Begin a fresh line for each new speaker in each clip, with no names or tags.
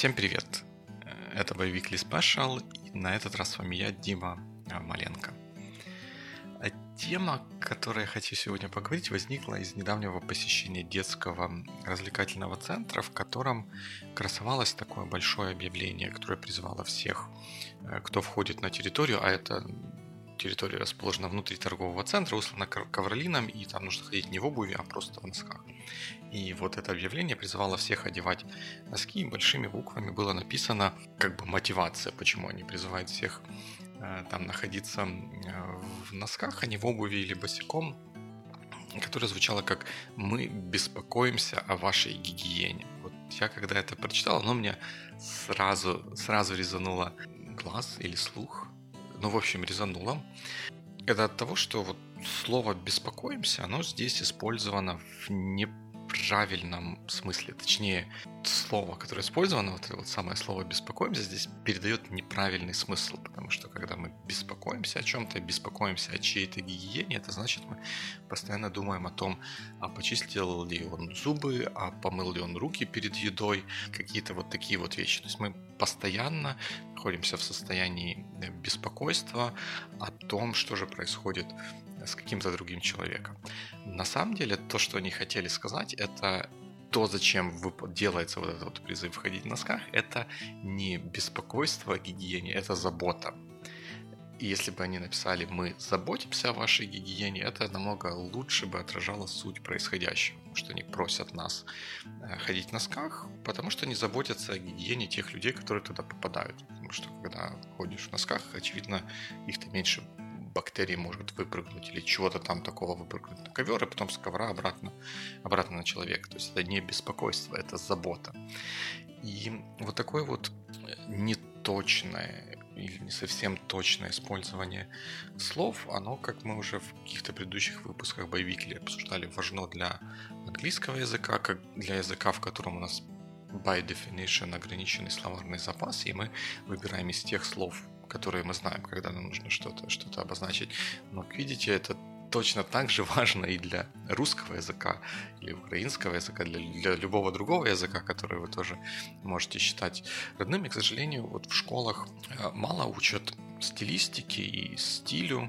Всем привет! Это Weekly Special, и на этот раз с вами я, Дима Маленко. Тема, о которой я хочу сегодня поговорить, возникла из недавнего посещения детского развлекательного центра, в котором красовалось такое большое объявление, которое призывало всех, кто входит на территорию, а это территория расположена внутри торгового центра, услана ковролином, и там нужно ходить не в обуви, а просто в носках. И вот это объявление призывало всех одевать носки, и большими буквами было написано как бы мотивация, почему они призывают всех там находиться в носках, а не в обуви или босиком, которое звучало как «Мы беспокоимся о вашей гигиене». Вот я когда это прочитал, оно мне сразу резануло глаз или слух. В общем, резануло. Это от того, что вот слово «беспокоимся», оно здесь использовано в неправильном смысле. Точнее, слово, которое использовано, вот это вот самое слово «беспокоимся», здесь передает неправильный смысл, потому что когда мы беспокоимся о чем-то, беспокоимся о чьей-то гигиене, это значит, мы постоянно думаем о том, а почистил ли он зубы, а помыл ли он руки перед едой, какие-то вот такие вот вещи. То есть мы постоянно находимся в состоянии беспокойства о том, что же происходит с каким-то другим человеком. На самом деле, то, что они хотели сказать, это то, зачем делается вот этот вот призыв ходить в носках, это не беспокойство о гигиене, это забота. И если бы они написали «Мы заботимся о вашей гигиене», это намного лучше бы отражало суть происходящего. Что они просят нас ходить в носках, потому что они заботятся о гигиене тех людей, которые туда попадают. Потому что когда ходишь в носках, очевидно, их-то меньше бактерий может выпрыгнуть или чего-то там такого выпрыгнуть на ковер, и потом с ковра обратно на человека. То есть это не беспокойство, это забота. И вот такое вот неточное или не совсем точное использование слов, оно, как мы уже в каких-то предыдущих выпусках Weekly обсуждали, важно для английского языка, как для языка, в котором у нас by definition ограниченный словарный запас, и мы выбираем из тех слов, которые мы знаем, когда нам нужно что-то обозначить. Но, как видите, это точно так же важно и для русского языка, или украинского языка, для любого другого языка, который вы тоже можете считать родным. И, к сожалению, вот в школах мало учат стилистике и стилю.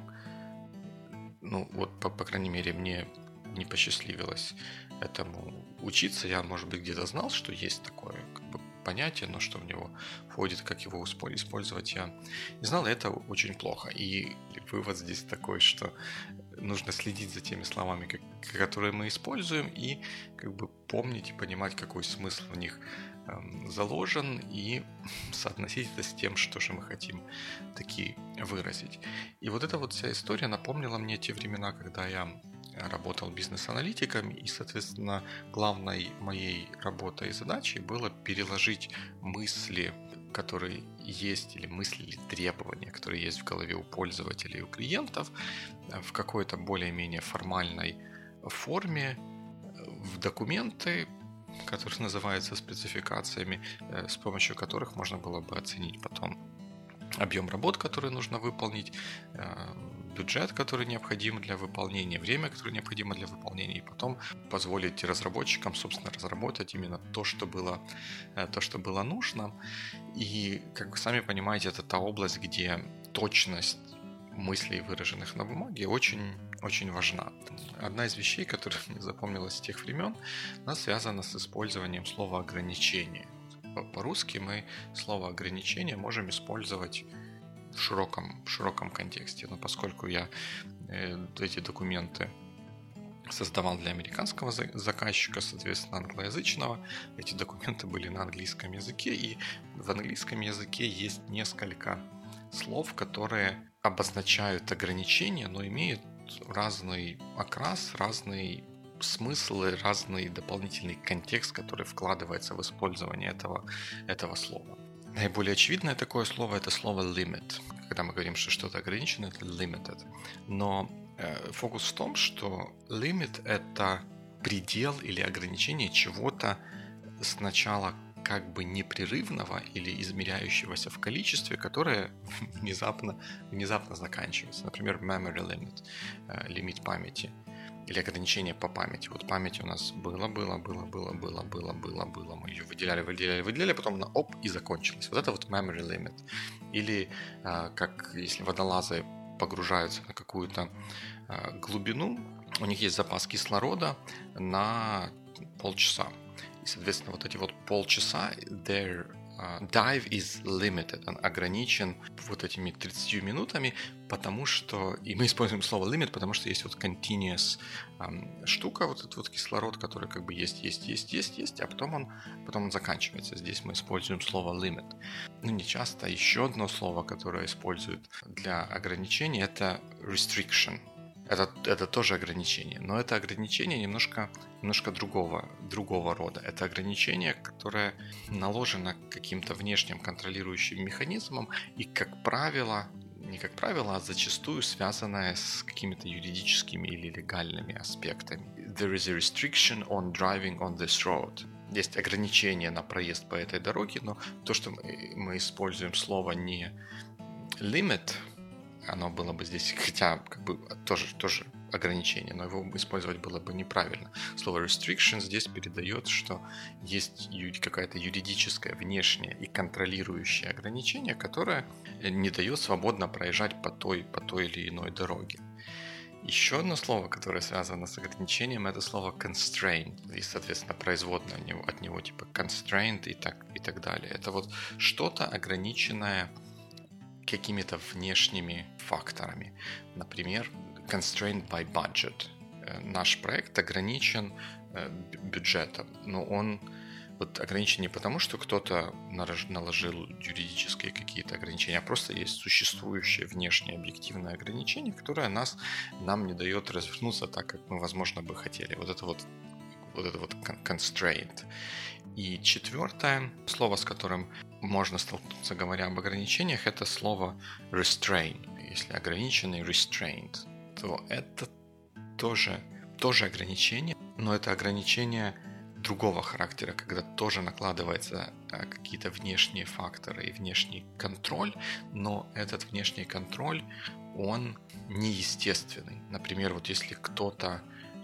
По крайней мере, мне не посчастливилось этому учиться. Я, может быть, где-то знал, что есть такое понятие, но что в него входит, как его использовать, я не знал, и это очень плохо. И вывод здесь такой, что нужно следить за теми словами, которые мы используем, и помнить и понимать, какой смысл в них заложен, и соотносить это с тем, что же мы хотим таки выразить. И вот эта вот вся история напомнила мне те времена, когда я работал бизнес-аналитиком, и, соответственно, главной моей работой и задачей было переложить мысли, которые есть, или мысли, или требования, которые есть в голове у пользователей и у клиентов, в какой-то более-менее формальной форме в документы, которые называются спецификациями, с помощью которых можно было бы оценить потом объем работ, который нужно выполнить, бюджет, который необходим для выполнения, время, которое необходимо для выполнения, и потом позволить разработчикам, собственно, разработать именно то, что было нужно. И, как вы сами понимаете, это та область, где точность мыслей, выраженных на бумаге, очень, очень важна. Одна из вещей, которая мне запомнилась с тех времен, она связана с использованием слова «ограничение». По-русски мы слово «ограничение» можем использовать в широком контексте. Но поскольку я эти документы создавал для американского заказчика, соответственно, англоязычного, эти документы были на английском языке, и в английском языке есть несколько слов, которые обозначают ограничения, но имеют разный окрас, разный смысл и разный дополнительный контекст, который вкладывается в использование этого слова. Наиболее очевидное такое слово – это слово limit. Когда мы говорим, что что-то ограничено, это limited. Но фокус в том, что limit – это предел или ограничение чего-то сначала как бы непрерывного или измеряющегося в количестве, которое внезапно заканчивается. Например, memory limit, лимит памяти. или ограничение по памяти. Вот память у нас было, мы ее выделяли, потом она и закончилась. Вот это вот memory limit. Или как если водолазы погружаются на какую-то глубину, у них есть запас кислорода на полчаса. И, соответственно, вот эти вот полчаса, their dive is limited, он ограничен вот этими 30 минутами, потому что, и мы используем слово limit, потому что есть вот continuous штука, вот этот вот кислород, который как бы есть, а потом он заканчивается. Здесь мы используем слово limit. Ну, не часто. Еще одно слово, которое используют для ограничения, это restriction. Это тоже ограничение, но это ограничение немножко другого рода. Это ограничение, которое наложено каким-то внешним контролирующим механизмом и, не как правило, а зачастую связанное с какими-то юридическими или легальными аспектами. There is a restriction on driving on this road. Есть ограничение на проезд по этой дороге, но то, что мы используем слово не limit, оно было бы здесь, хотя как бы тоже ограничение, но его использовать было бы неправильно. Слово restriction здесь передает, что есть какая-то юридическое, внешнее и контролирующее ограничение, которое не дает свободно проезжать по той или иной дороге. Еще одно слово, которое связано с ограничением, это слово constraint. И, соответственно, производное от него типа constraint и так далее. Это вот что-то ограниченное какими-то внешними факторами. Например, constrained by budget. Наш проект ограничен бюджетом, но он вот ограничен не потому, что кто-то наложил юридические какие-то ограничения, а просто есть существующее внешнее объективное ограничение, которое нам не дает развернуться так, как мы, возможно, бы хотели. Вот это вот constraint. И четвертое слово, с которым можно столкнуться, говоря об ограничениях, это слово restrain. Если ограниченный restraint, то это тоже ограничение, но это ограничение другого характера, когда тоже накладываются какие-то внешние факторы и внешний контроль, но этот внешний контроль, он неестественный. Например, вот если кто-то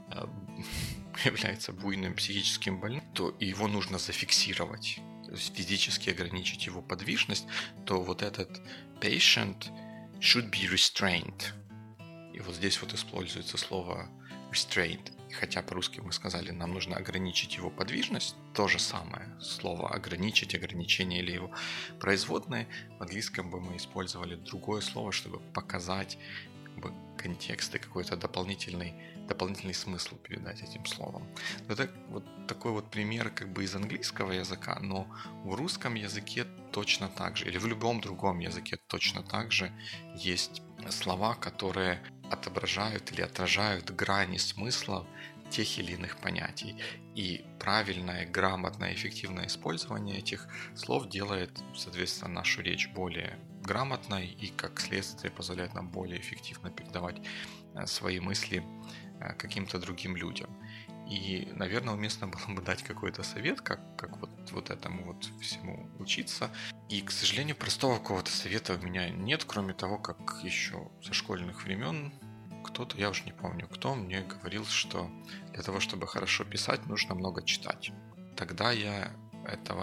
является буйным психическим больным, то его нужно зафиксировать, то есть физически ограничить его подвижность, то вот этот patient should be restrained. И вот здесь вот используется слово restrained. И хотя по-русски мы сказали, нам нужно ограничить его подвижность, то же самое слово ограничить, ограничение или его производные, в английском бы мы использовали другое слово, чтобы показать контекст и какой-то дополнительный смысл передать этим словом. Это вот такой вот пример как бы из английского языка, но в русском языке точно так же, или в любом другом языке точно так же есть слова, которые отображают или отражают грани смысла тех или иных понятий. И правильное, грамотное, эффективное использование этих слов делает, соответственно, нашу речь более грамотной и, как следствие, позволяет нам более эффективно передавать свои мысли каким-то другим людям. И, наверное, уместно было бы дать какой-то совет, как вот этому вот всему учиться. И, к сожалению, простого какого-то совета у меня нет, кроме того, как еще со школьных времен кто-то, я уже не помню кто, мне говорил, что для того, чтобы хорошо писать, нужно много читать. Тогда я этого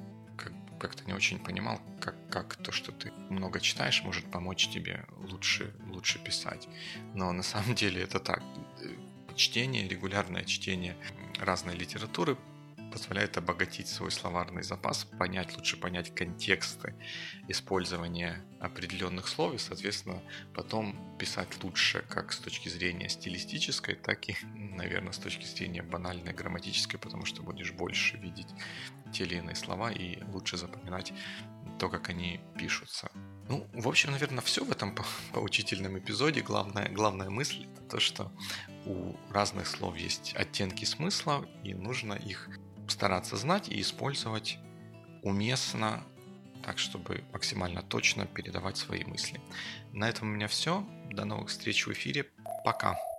как-то не очень понимал, как то, что ты много читаешь, может помочь тебе лучше писать. Но на самом деле это так. Чтение, регулярное чтение разной литературы позволяет обогатить свой словарный запас, лучше понять контексты использования определенных слов и, соответственно, потом писать лучше как с точки зрения стилистической, так и, наверное, с точки зрения банальной, грамматической, потому что будешь больше видеть те или иные слова и лучше запоминать то, как они пишутся. Ну, в общем, наверное, все в этом поучительном эпизоде. Главная мысль – то, что у разных слов есть оттенки смысла, и нужно их стараться знать и использовать уместно, так, чтобы максимально точно передавать свои мысли. На этом у меня все. До новых встреч в эфире. Пока!